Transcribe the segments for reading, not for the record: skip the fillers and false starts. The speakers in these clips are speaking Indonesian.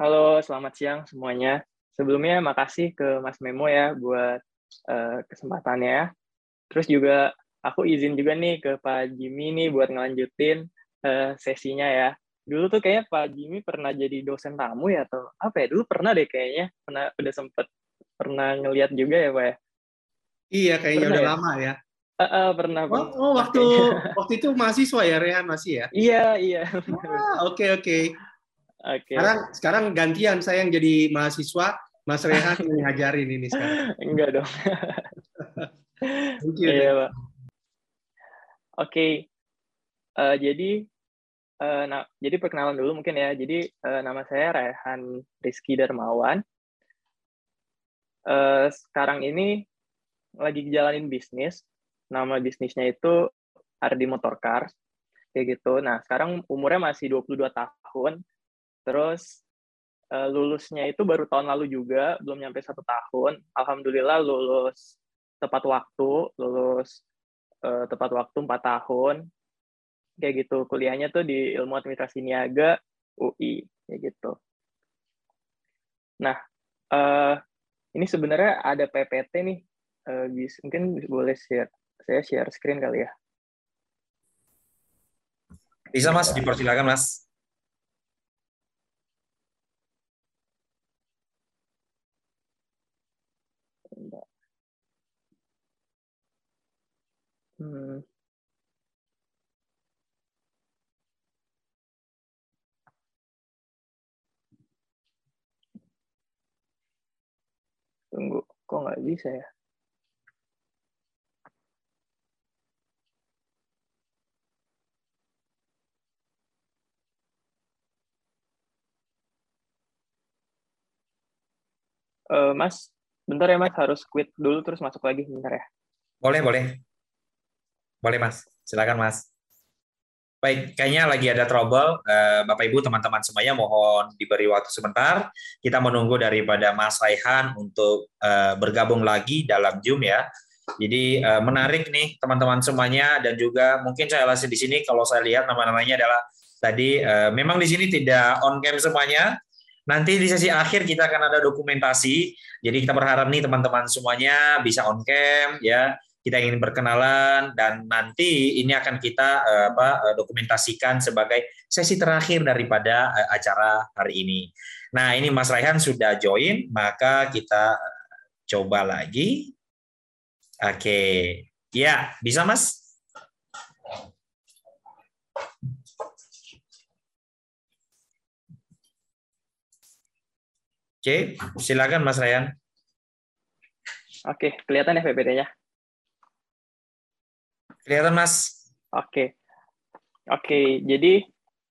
Halo, selamat siang semuanya. Sebelumnya makasih ke Mas Memo ya buat kesempatannya. Terus juga aku izin juga nih ke Pak Jimmy nih buat ngelanjutin sesinya ya. Dulu tuh kayaknya Pak Jimmy pernah jadi dosen tamu ya atau apa ya? Dulu pernah deh kayaknya. Udah sempet pernah ngeliat juga ya Pak ya. Iya, kayaknya Pernah udah ya? lama ya. Pernah Oh, oh, pernah waktu kayaknya. waktu itu mahasiswa ya, Rehan masih ya. Iya iya. Oke oke. Oke. Sekarang gantian saya yang jadi mahasiswa, Mas Rehan yang ngajarin ini sekarang. Enggak dong. Thank you, Iya thank Pak. Oke. Jadi jadi perkenalan dulu mungkin ya. Jadi nama saya Raihan Rizky Darmawan. Sekarang ini lagi jalanin bisnis. Nama bisnisnya itu Ardi Motorcars kayak gitu. Nah, sekarang umurnya masih 22 tahun. Terus lulusnya itu baru tahun lalu juga, belum nyampe 1 tahun. Alhamdulillah lulus tepat waktu, lulus tepat waktu 4 tahun. Kayak gitu. Kuliahnya tuh di Ilmu Administrasi Niaga UI kayak gitu. Nah, eh, ini sebenarnya ada PPT nih. Mungkin boleh saya share screen kali ya. Bisa Mas, dipersilakan Mas. Hmm, tunggu, kok nggak bisa ya? Mas, bentar ya Mas, harus quit dulu terus masuk lagi bentar ya. Boleh, boleh. Boleh Mas. Silakan Mas. Baik, kayaknya lagi ada trouble. Bapak Ibu, teman-teman semuanya mohon diberi waktu sebentar. Kita menunggu daripada Mas Raihan untuk bergabung lagi dalam Zoom ya. Jadi menarik nih teman-teman semuanya dan juga mungkin saya lihat di sini kalau saya lihat nama-namanya adalah tadi memang di sini tidak on cam semuanya. Nanti di sesi akhir kita akan ada dokumentasi. Jadi kita berharap nih teman-teman semuanya bisa on cam ya. Kita ingin berkenalan dan nanti ini akan kita dokumentasikan sebagai sesi terakhir daripada acara hari ini. Nah, ini Mas Raihan sudah join, maka kita coba lagi. Oke. Ya, bisa Mas? Oke, silakan Mas Raihan. Oke, kelihatan ya PPT-nya? Kelihatan Mas? Oke. Oke, jadi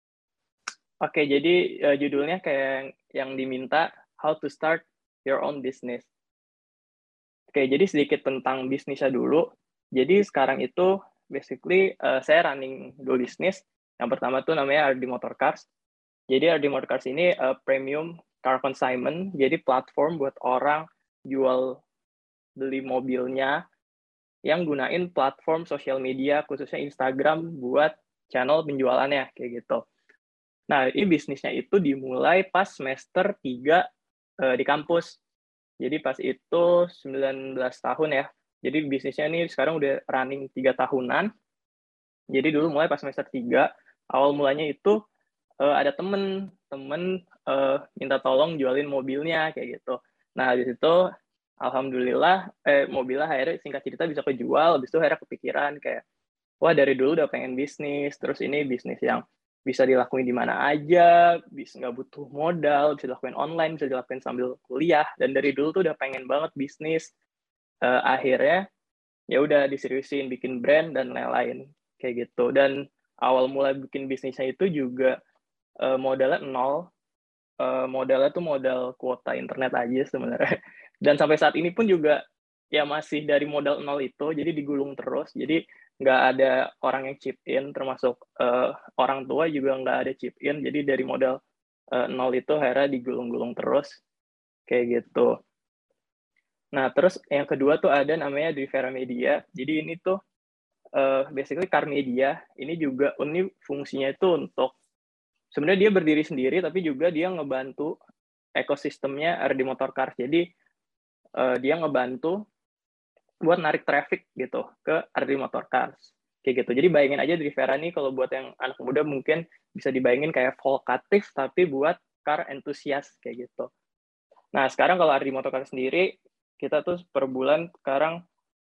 judulnya kayak yang diminta How to Start Your Own Business. Oke, jadi sedikit tentang bisnisnya dulu. Jadi sekarang itu basically saya running 2 bisnis. Yang pertama tuh namanya RD Motorcars. Jadi RD Motorcars ini premium car consignment, jadi platform buat orang jual beli mobilnya yang gunain platform sosial media khususnya Instagram buat channel penjualannya kayak gitu. Nah, ini bisnisnya itu dimulai pas semester 3 di kampus. Jadi pas itu 19 tahun ya. Jadi bisnisnya ini sekarang udah running 3 tahunan. Jadi dulu mulai pas semester 3, awal mulanya itu ada temen minta tolong jualin mobilnya kayak gitu. Nah, di situ alhamdulillah mobilnya akhirnya singkat cerita bisa kejual. Habis itu akhirnya kepikiran kayak wah dari dulu udah pengen bisnis, terus ini bisnis yang bisa dilakuin di mana aja, bisa nggak butuh modal, bisa dilakuin online, bisa dilakuin sambil kuliah, dan dari dulu tuh udah pengen banget bisnis. Akhirnya ya udah diseriusin bikin brand dan lain-lain kayak gitu. Dan awal mulai bikin bisnisnya itu juga modalnya nol, modalnya tuh modal kuota internet aja sebenarnya. Dan sampai saat ini pun juga ya masih dari modal nol itu, jadi digulung terus. Jadi nggak ada orang yang chip in, termasuk orang tua juga nggak ada chip in. Jadi dari modal nol itu akhirnya digulung-gulung terus kayak gitu. Nah, terus yang kedua tuh ada namanya Divera Media. Jadi ini tuh basically Car Media. Ini juga fungsinya itu untuk sebenarnya dia berdiri sendiri tapi juga dia ngebantu ekosistemnya RD Motorcars. Jadi dia ngebantu buat narik traffic gitu ke RD Motorcars. Kayak gitu. Jadi bayangin aja Drivera nih kalau buat yang anak muda mungkin bisa dibayangin kayak Volkatif tapi buat car enthusiast kayak gitu. Nah, sekarang kalau RD Motorcars sendiri kita tuh per bulan sekarang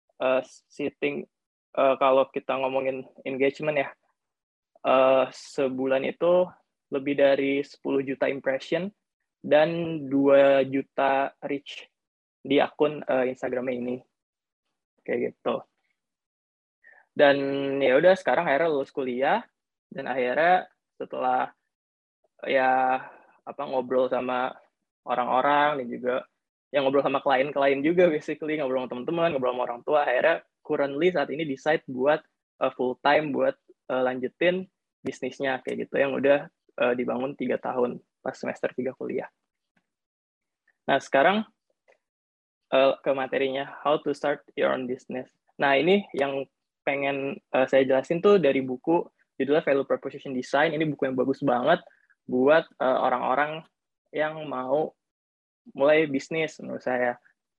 kalau kita ngomongin engagement ya, sebulan itu lebih dari 10 juta impression dan 2 juta reach di akun Instagramnya ini. Kayak gitu. Dan ya udah sekarang akhirnya lulus kuliah dan akhirnya setelah ya ngobrol sama orang-orang dan juga yang ngobrol sama klien-klien juga basically, ngobrol sama teman-teman, ngobrol sama orang tua, akhirnya currently saat ini decide buat full time buat lanjutin bisnisnya kayak gitu yang udah dibangun 3 tahun pas semester 3 kuliah. Nah, sekarang ke materinya how to start your own business. Nah, ini yang pengen saya jelasin tuh dari buku judulnya Value Proposition Design. Ini buku yang bagus banget buat orang-orang yang mau mulai bisnis menurut saya.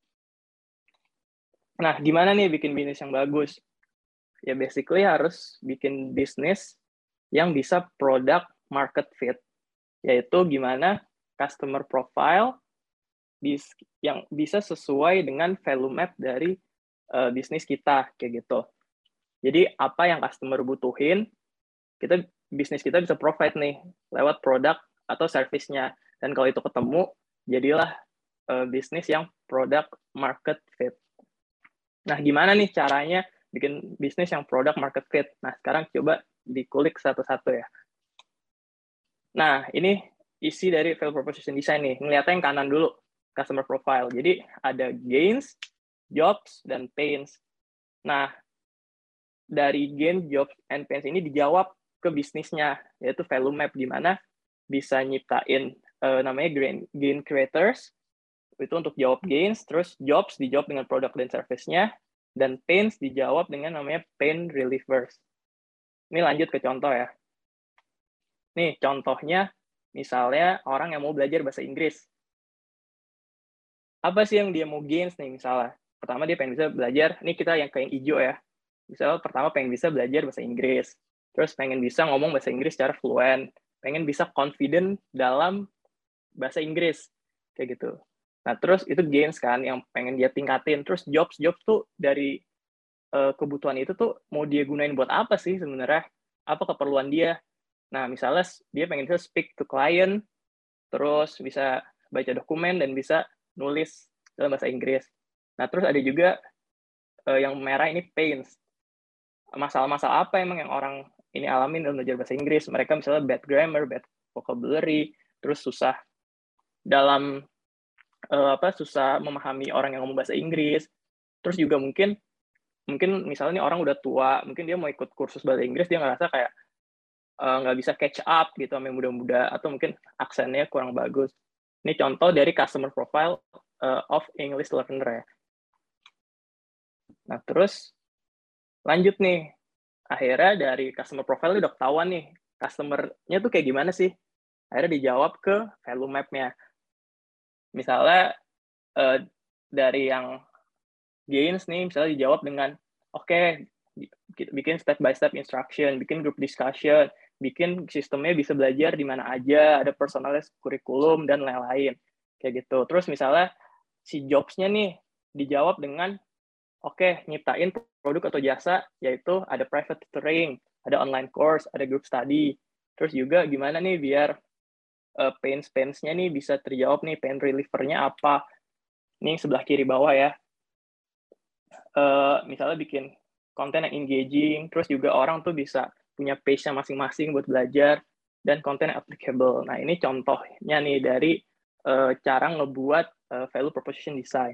Nah, gimana nih bikin bisnis yang bagus? Ya basically harus bikin bisnis yang bisa product market fit, yaitu gimana customer profile yang bisa sesuai dengan value map dari bisnis kita kayak gitu. Jadi apa yang customer butuhin, bisnis kita bisa provide nih lewat produk atau service-nya. Dan kalau itu ketemu, jadilah bisnis yang product market fit. Nah, gimana nih caranya bikin bisnis yang product market fit? Nah, sekarang coba dikulik satu-satu ya. Nah, ini isi dari value proposition design nih. Ngeliatnya yang kanan dulu, customer profile. Jadi ada gains, jobs, dan pains. Nah, dari gain, jobs, and pains ini dijawab ke bisnisnya, yaitu value map, gimana bisa nyiptain namanya gain creators, itu untuk jawab gains, terus jobs dijawab dengan produk dan service-nya, dan pains dijawab dengan namanya pain relievers. Ini lanjut ke contoh ya. Nih, contohnya, misalnya orang yang mau belajar bahasa Inggris. Apa sih yang dia mau gains nih misalnya? Pertama dia pengen bisa belajar, nih kita yang kayak hijau ya. Misalnya pertama pengen bisa belajar bahasa Inggris. Terus pengen bisa ngomong bahasa Inggris secara fluent. Pengen bisa confident dalam bahasa Inggris. Kayak gitu. Nah, terus itu gains kan yang pengen dia tingkatin. Terus jobs tuh dari kebutuhan itu tuh mau dia gunain buat apa sih sebenarnya? Apa keperluan dia? Nah, misalnya dia pengen bisa speak to client, terus bisa baca dokumen, dan bisa nulis dalam bahasa Inggris. Nah, terus ada juga yang merah ini pains. Masalah-masalah apa emang yang orang ini alamin dalam belajar bahasa Inggris? Mereka misalnya bad grammar, bad vocabulary, terus susah dalam susah memahami orang yang ngomong bahasa Inggris. Terus juga mungkin misalnya nih orang udah tua, mungkin dia mau ikut kursus bahasa Inggris, dia ngerasa kayak nggak bisa catch up gitu sama yang muda-muda, atau mungkin aksennya kurang bagus. Ini contoh dari customer profile of English learner ya. Nah, terus lanjut nih. Akhirnya dari customer profile udah ketahuan nih, customer-nya tuh kayak gimana sih? Akhirnya dijawab ke value map-nya. Misalnya dari yang gains nih, misalnya dijawab dengan, oke, bikin step-by-step instruction, bikin group discussion, bikin sistemnya bisa belajar di mana aja, ada personalized curriculum, dan lain-lain. Kayak gitu. Terus misalnya si jobs-nya nih dijawab dengan, oke, nyiptain produk atau jasa, yaitu ada private tutoring, ada online course, ada group study. Terus juga gimana nih biar pains-nya nih bisa terjawab nih, pain reliever-nya apa. Ini sebelah kiri bawah ya. Misalnya bikin konten yang engaging, terus juga orang tuh bisa punya pace-nya masing-masing buat belajar, dan konten yang applicable. Nah, ini contohnya nih dari cara ngebuat value proposition design.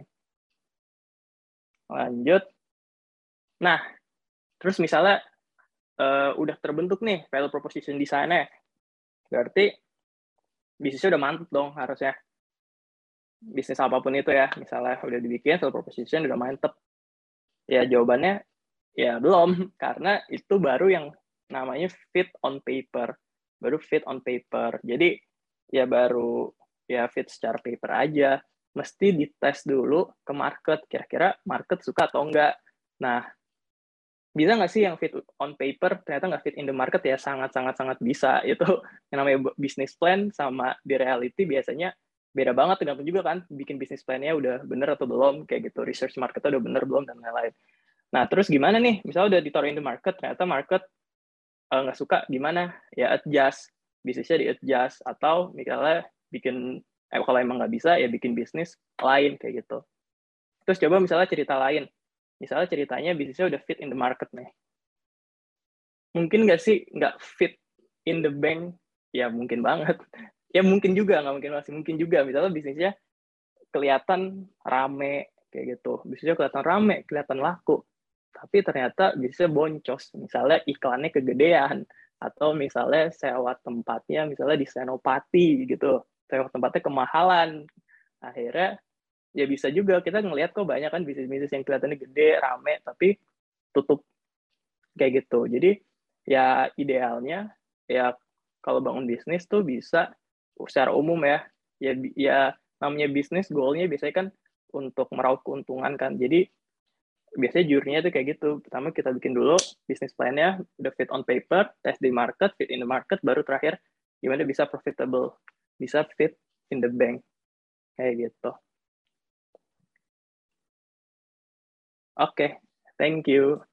Lanjut. Nah, terus misalnya udah terbentuk nih value proposition design-nya, berarti bisnisnya udah mantap dong harusnya. Bisnis apapun itu ya, misalnya udah dibikin value proposition, udah mantap. Ya jawabannya ya belum, karena itu baru yang namanya fit on paper. Baru fit on paper. Jadi ya baru ya fit secara paper aja. Mesti dites dulu ke market, kira-kira market suka atau enggak. Nah, bisa nggak sih yang fit on paper ternyata nggak fit in the market? Ya sangat bisa. Itu yang namanya business plan sama di reality biasanya beda banget, tergantung juga kan bikin business plan-nya udah bener atau belum, kayak gitu, research marketnya udah bener belum, dan lain-lain. Nah, terus gimana nih, misalnya udah ditaruh in the market, ternyata market nggak suka, gimana? Ya adjust, bisnisnya di-adjust, atau misalnya bikin, kalau emang nggak bisa, ya bikin bisnis lain, kayak gitu. Terus coba misalnya cerita lain, misalnya ceritanya bisnisnya udah fit in the market nih. Mungkin nggak sih nggak fit in the bank? Ya mungkin banget. Ya mungkin juga, nggak mungkin, masih mungkin juga. Misalnya bisnisnya kelihatan rame, kayak gitu. Bisnisnya kelihatan rame, kelihatan laku. Tapi ternyata bisnisnya boncos. Misalnya iklannya kegedean. Atau misalnya sewa tempatnya, misalnya di Senopati gitu. Sewa tempatnya kemahalan. Akhirnya ya bisa juga kita ngelihat kok banyak kan bisnis-bisnis yang kelihatannya gede, rame, tapi tutup, kayak gitu. Jadi ya idealnya ya kalau bangun bisnis tuh bisa secara umum ya namanya bisnis, goalnya biasanya kan untuk meraup keuntungan kan. Jadi biasanya jurninya tuh kayak gitu. Pertama kita bikin dulu bisnis plan-nya udah fit on paper, test di market, fit in the market, baru terakhir gimana bisa profitable, bisa fit in the bank, kayak gitu. Oke, thank you.